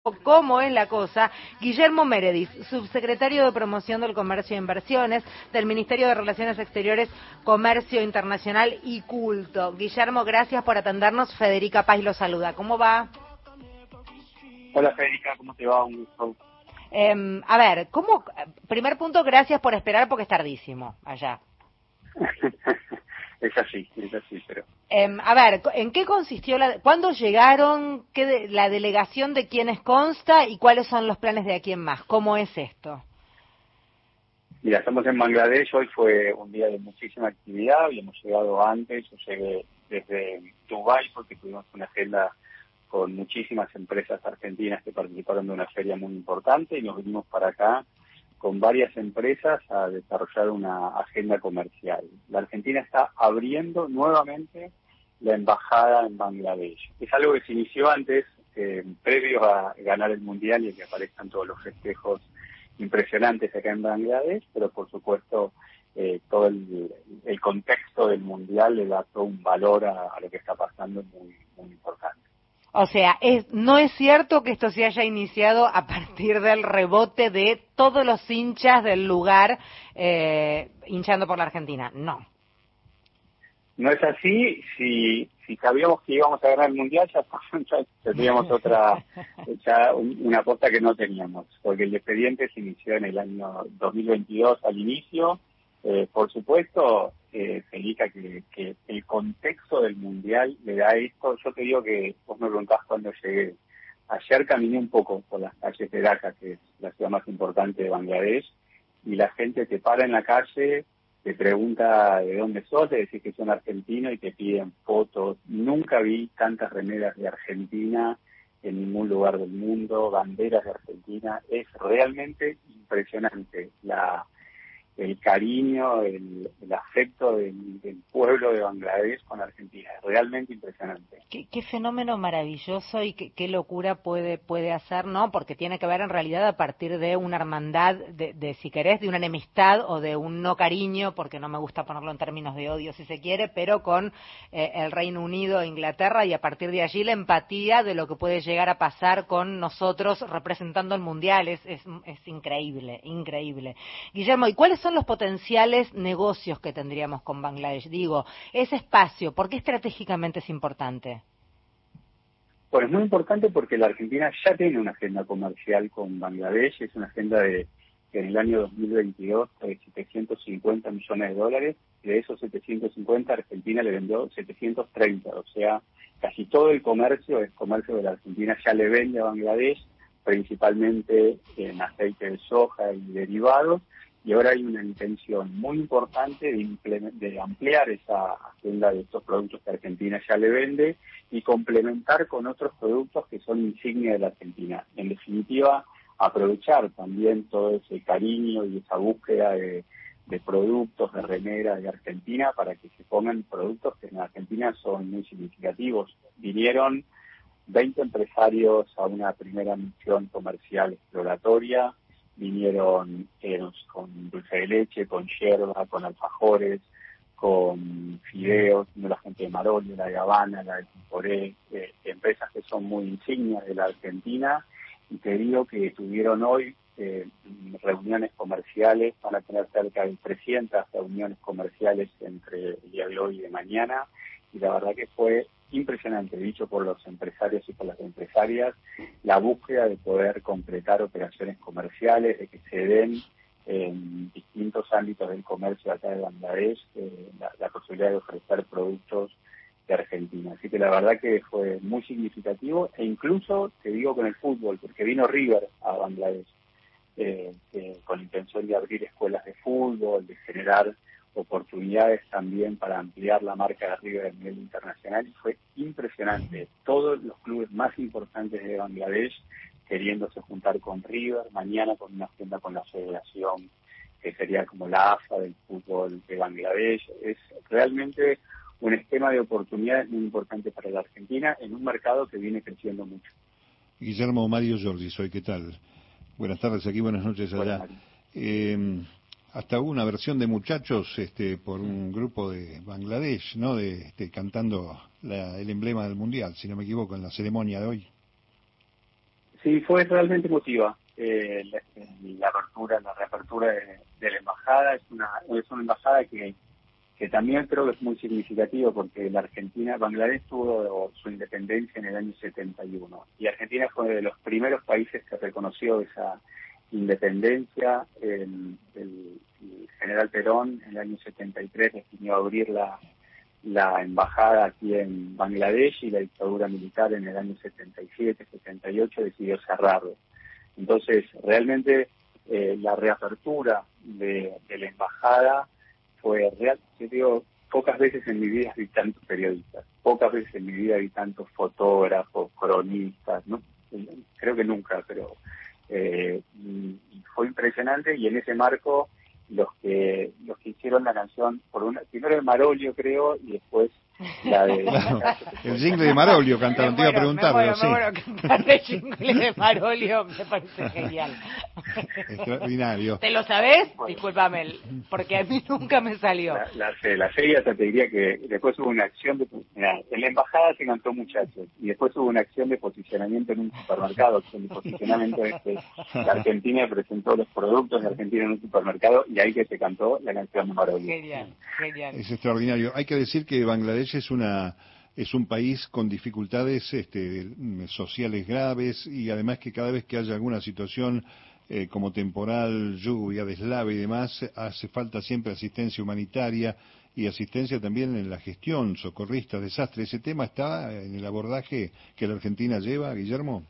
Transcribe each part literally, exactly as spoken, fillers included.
cómo es la cosa, Guillermo Meredith, subsecretario de Promoción del Comercio e Inversiones del Ministerio de Relaciones Exteriores, Comercio Internacional y Culto. Guillermo, gracias por atendernos. Federica Paz lo saluda. ¿Cómo va? Hola Federica, ¿cómo te va? Un gusto. Eh, a ver, ¿cómo? Primer punto, gracias por esperar porque es tardísimo allá. Es así, es así, pero... Eh, a ver, ¿en qué consistió la... ¿Cuándo llegaron? ¿Qué de, la delegación de quiénes consta? ¿Y cuáles son los planes de aquí en más? ¿Cómo es esto? Mira, estamos en Bangladesh, hoy fue un día de muchísima actividad, habíamos llegado antes, yo llegué desde Dubái porque tuvimos una agenda con muchísimas empresas argentinas que participaron de una feria muy importante y nos vinimos para acá con varias empresas a desarrollar una agenda comercial. La Argentina está abriendo nuevamente la embajada en Bangladesh. Es algo que se inició antes, eh, previo a ganar el Mundial y a que aparezcan todos los festejos impresionantes acá en Bangladesh, pero por supuesto eh, todo el, el contexto del Mundial le da todo un valor a, a lo que está pasando muy, muy importante. O sea, es, no es cierto que esto se haya iniciado a partir del rebote de todos los hinchas del lugar eh, hinchando por la Argentina. No. No es así. Si, si sabíamos que íbamos a ganar el Mundial, ya, ya tendríamos otra, ya una aposta que no teníamos, porque el expediente se inició en el año dos mil veintidós al inicio. Eh, por supuesto, eh, Felica, que, que el contexto del Mundial le da esto. Yo te digo que vos me preguntás cuándo llegué. Ayer caminé un poco por las calles de Dhaka, que es la ciudad más importante de Bangladesh, y la gente te para en la calle, te pregunta de dónde sos, te decís que son argentino y te piden fotos. Nunca vi tantas remeras de Argentina en ningún lugar del mundo, banderas de Argentina. Es realmente impresionante la el cariño, el, el afecto del, del pueblo de Bangladesh con Argentina. Es realmente impresionante. Qué, qué fenómeno maravilloso y qué, qué locura puede puede hacer, ¿no? Porque tiene que ver en realidad a partir de una hermandad, de, de si querés, de una enemistad o de un no cariño, porque no me gusta ponerlo en términos de odio si se quiere, pero con eh, el Reino Unido e Inglaterra, y a partir de allí la empatía de lo que puede llegar a pasar con nosotros representando el Mundial. Es, es, es increíble, increíble. Guillermo, ¿y cuáles son los potenciales negocios que tendríamos con Bangladesh? Digo, ese espacio, ¿por qué estratégicamente es importante? Bueno, es muy importante porque la Argentina ya tiene una agenda comercial con Bangladesh. Es una agenda de que en el año dos mil veintidós de setecientos cincuenta millones de dólares, y de esos setecientos cincuenta Argentina le vendió setecientos treinta, o sea, casi todo el comercio es comercio de la Argentina, ya le vende a Bangladesh, principalmente en aceite de soja y derivados, y ahora hay una intención muy importante de, de ampliar esa agenda de estos productos que Argentina ya le vende y complementar con otros productos que son insignia de la Argentina. En definitiva, aprovechar también todo ese cariño y esa búsqueda de, de productos, de remeras de Argentina para que se pongan productos que en Argentina son muy significativos. Vinieron veinte empresarios a una primera misión comercial exploratoria. Vinieron eh, con dulce de leche, con yerba, con alfajores, con fideos, la gente de Marolio, la de Habana, la de Timporé, eh, empresas que son muy insignias de la Argentina, y te digo que tuvieron hoy eh, reuniones comerciales, van a tener cerca de trescientas reuniones comerciales entre el día de hoy y de mañana, y la verdad que fue impresionante, dicho por los empresarios y por las empresarias, la búsqueda de poder completar operaciones comerciales, de que se den en distintos ámbitos del comercio acá de Bangladesh eh, la, la posibilidad de ofrecer productos de Argentina. Así que la verdad que fue muy significativo, e incluso te digo con el fútbol, porque vino River a Bangladesh eh, eh, con la intención de abrir escuelas de fútbol, de generar oportunidades también para ampliar la marca de River a nivel internacional, y fue impresionante. Todos los clubes más importantes de Bangladesh queriéndose juntar con River, mañana con una agenda con la federación, que sería como la A F A del fútbol de Bangladesh. Es realmente un esquema de oportunidades muy importante para la Argentina en un mercado que viene creciendo mucho. Guillermo, Mario Jordi, soy, ¿qué tal? Buenas tardes aquí, buenas noches allá. Eh, hasta hubo una versión de Muchachos este, por un grupo de Bangladesh, ¿no? De, este, cantando la, el emblema del Mundial, si no me equivoco, en la ceremonia de hoy. Sí, fue realmente emotiva. Eh, la, la apertura, la reapertura de, de la embajada es una, es una embajada que, que también creo que es muy significativa porque la Argentina, Bangladesh tuvo su independencia en el año setenta y uno y Argentina fue de los primeros países que reconoció esa independencia. El, el, el general Perón en el año setenta y tres decidió abrir la la embajada aquí en Bangladesh y la dictadura militar en el año setenta y siete, setenta y ocho decidió cerrarlo. Entonces, realmente eh, la reapertura de, de la embajada fue real. Yo digo, pocas veces en mi vida vi tantos periodistas, pocas veces en mi vida vi tantos fotógrafos, cronistas, ¿no? Creo que nunca, pero eh, y, y fue impresionante y en ese marco los que los que hicieron la canción, por una, primero de Marolio creo y después la de... Claro, el jingle de Marolio cantaron, te iba a preguntar, me muero, sí. me muero, cantar el jingle de Marolio me parece genial. Extraordinario. ¿Te lo sabés? Bueno. Discúlpame, porque a mí nunca me salió. La, la, sé, la sé y hasta te diría que después hubo una acción de... Mirá, en la embajada se cantó Muchachos y después hubo una acción de posicionamiento en un supermercado, acción de posicionamiento en que la Argentina presentó los productos de Argentina en un supermercado y ahí que se cantó la canción de Marolio. Genial, genial. Es extraordinario. Hay que decir que Bangladesh es una es un país con dificultades este, sociales graves y además que cada vez que haya alguna situación eh, como temporal, lluvia, deslave y demás, hace falta siempre asistencia humanitaria y asistencia también en la gestión socorrista, desastre. ¿Ese tema está en el abordaje que la Argentina lleva, Guillermo?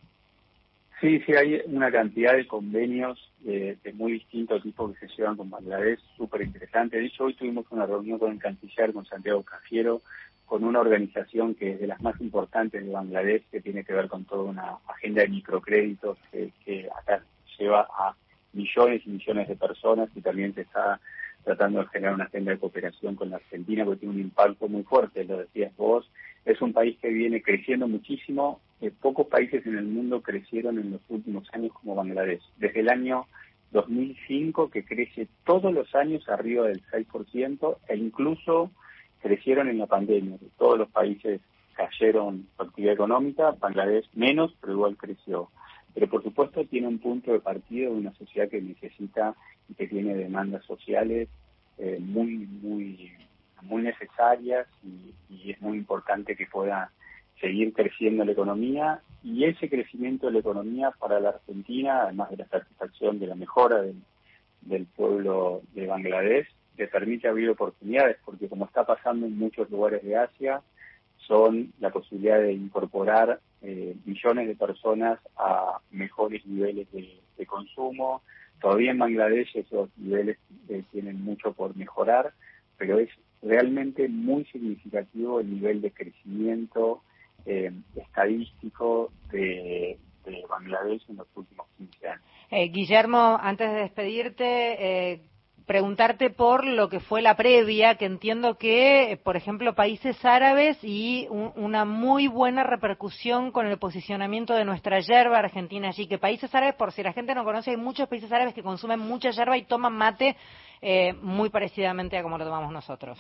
Sí, sí, hay una cantidad de convenios de, de muy distintos tipos que se llevan con Bangladesh, súper interesante. De hecho, hoy tuvimos una reunión con el canciller, con Santiago Cafiero, con una organización que es de las más importantes de Bangladesh, que tiene que ver con toda una agenda de microcréditos que, que acá lleva a millones y millones de personas y también se está tratando de generar una agenda de cooperación con la Argentina porque tiene un impacto muy fuerte, lo decías vos. Es un país que viene creciendo muchísimo. Eh, pocos países en el mundo crecieron en los últimos años como Bangladesh. Desde el año dos mil cinco, que crece todos los años arriba del seis por ciento, e incluso crecieron en la pandemia. Todos los países cayeron su actividad económica, Bangladesh menos, pero igual creció. Pero por supuesto tiene un punto de partida de una sociedad que necesita y que tiene demandas sociales eh, muy, muy, muy necesarias y, y es muy importante que pueda seguir creciendo la economía y ese crecimiento de la economía para la Argentina, además de la satisfacción de la mejora del, del pueblo de Bangladesh, le permite abrir oportunidades porque como está pasando en muchos lugares de Asia, son la posibilidad de incorporar eh, millones de personas a mejores niveles de, de consumo. Todavía en Bangladesh esos niveles eh, tienen mucho por mejorar, pero es realmente muy significativo el nivel de crecimiento eh, estadístico de, de Bangladesh en los últimos quince años. Eh, Guillermo, antes de despedirte, eh, preguntarte por lo que fue la previa, que entiendo que, por ejemplo, países árabes y un, una muy buena repercusión con el posicionamiento de nuestra yerba argentina allí, que países árabes, por si la gente no conoce, hay muchos países árabes que consumen mucha yerba y toman mate eh, muy parecidamente a como lo tomamos nosotros.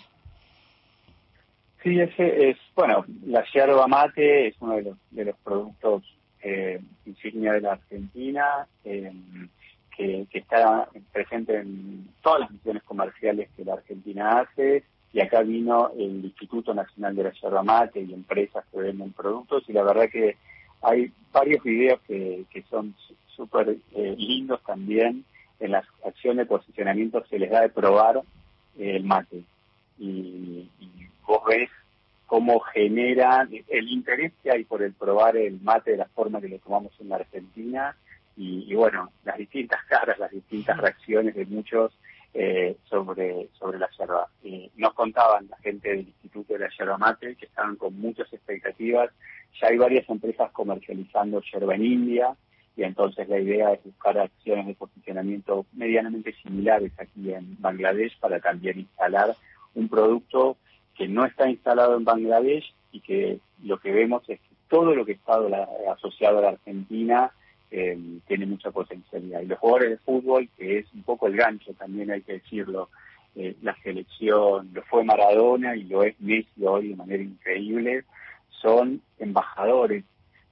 Sí, ese es, bueno, la yerba mate es uno de los, de los productos eh, insignia de la Argentina, eh, que, que está presente en todas las misiones comerciales que la Argentina hace, y acá vino el Instituto Nacional de la Yerba Mate y empresas que venden productos, y la verdad que hay varios videos que, que son súper eh, lindos también. En las acciones de posicionamiento se les da de probar eh, el mate, y, y vos ves cómo genera el interés que hay por el probar el mate de la forma que lo tomamos en la Argentina, y, y bueno, las distintas caras, las distintas reacciones de muchos eh, sobre sobre la yerba. Eh, nos contaban la gente del Instituto de la Yerba Mate que estaban con muchas expectativas. Ya hay varias empresas comercializando yerba en India, y entonces la idea es buscar acciones de posicionamiento medianamente similares aquí en Bangladesh para también instalar un producto que no está instalado en Bangladesh y que lo que vemos es que todo lo que está la, asociado a la Argentina eh, tiene mucha potencialidad. Y los jugadores de fútbol, que es un poco el gancho también hay que decirlo, eh, la selección, lo fue Maradona y lo es Messi hoy de manera increíble, son embajadores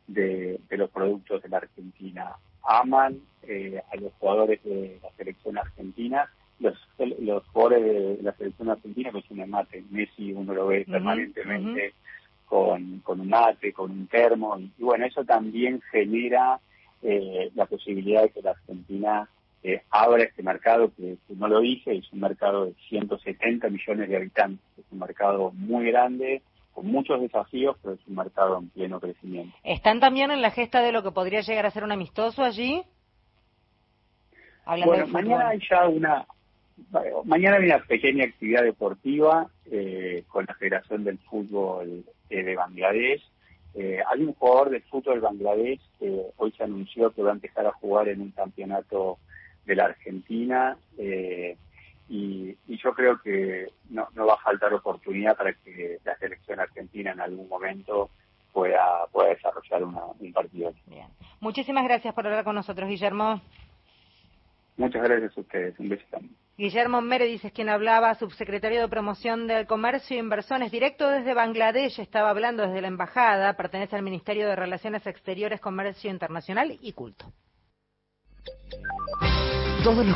de, de los productos de la Argentina. Aman eh, a los jugadores de la selección argentina, los los jugadores de la selección argentina, pues un mate, Messi uno lo ve uh-huh, permanentemente uh-huh. con, con un mate, con un termo, y, y bueno, eso también genera eh, la posibilidad de que la Argentina eh, abra este mercado, que, que no lo dije, es un mercado de ciento setenta millones de habitantes, es un mercado muy grande, con muchos desafíos, pero es un mercado en pleno crecimiento. ¿Están también en la gesta de lo que podría llegar a ser un amistoso allí? Hablando bueno, mañana hay ya una... Mañana hay una pequeña actividad deportiva eh, con la Federación del Fútbol eh, de Bangladesh. Eh, hay un jugador de fútbol de Bangladesh que hoy se anunció que va a empezar a jugar en un campeonato de la Argentina eh, y, y yo creo que no, no va a faltar oportunidad para que la selección argentina en algún momento pueda, pueda desarrollar una, un partido. Bien. Muchísimas gracias por hablar con nosotros, Guillermo. Muchas gracias a ustedes. Un beso también. Guillermo Meredith es quien hablaba, subsecretario de Promoción del Comercio e Inversiones, directo desde Bangladesh, estaba hablando desde la Embajada, pertenece al Ministerio de Relaciones Exteriores, Comercio Internacional y Culto. Todos los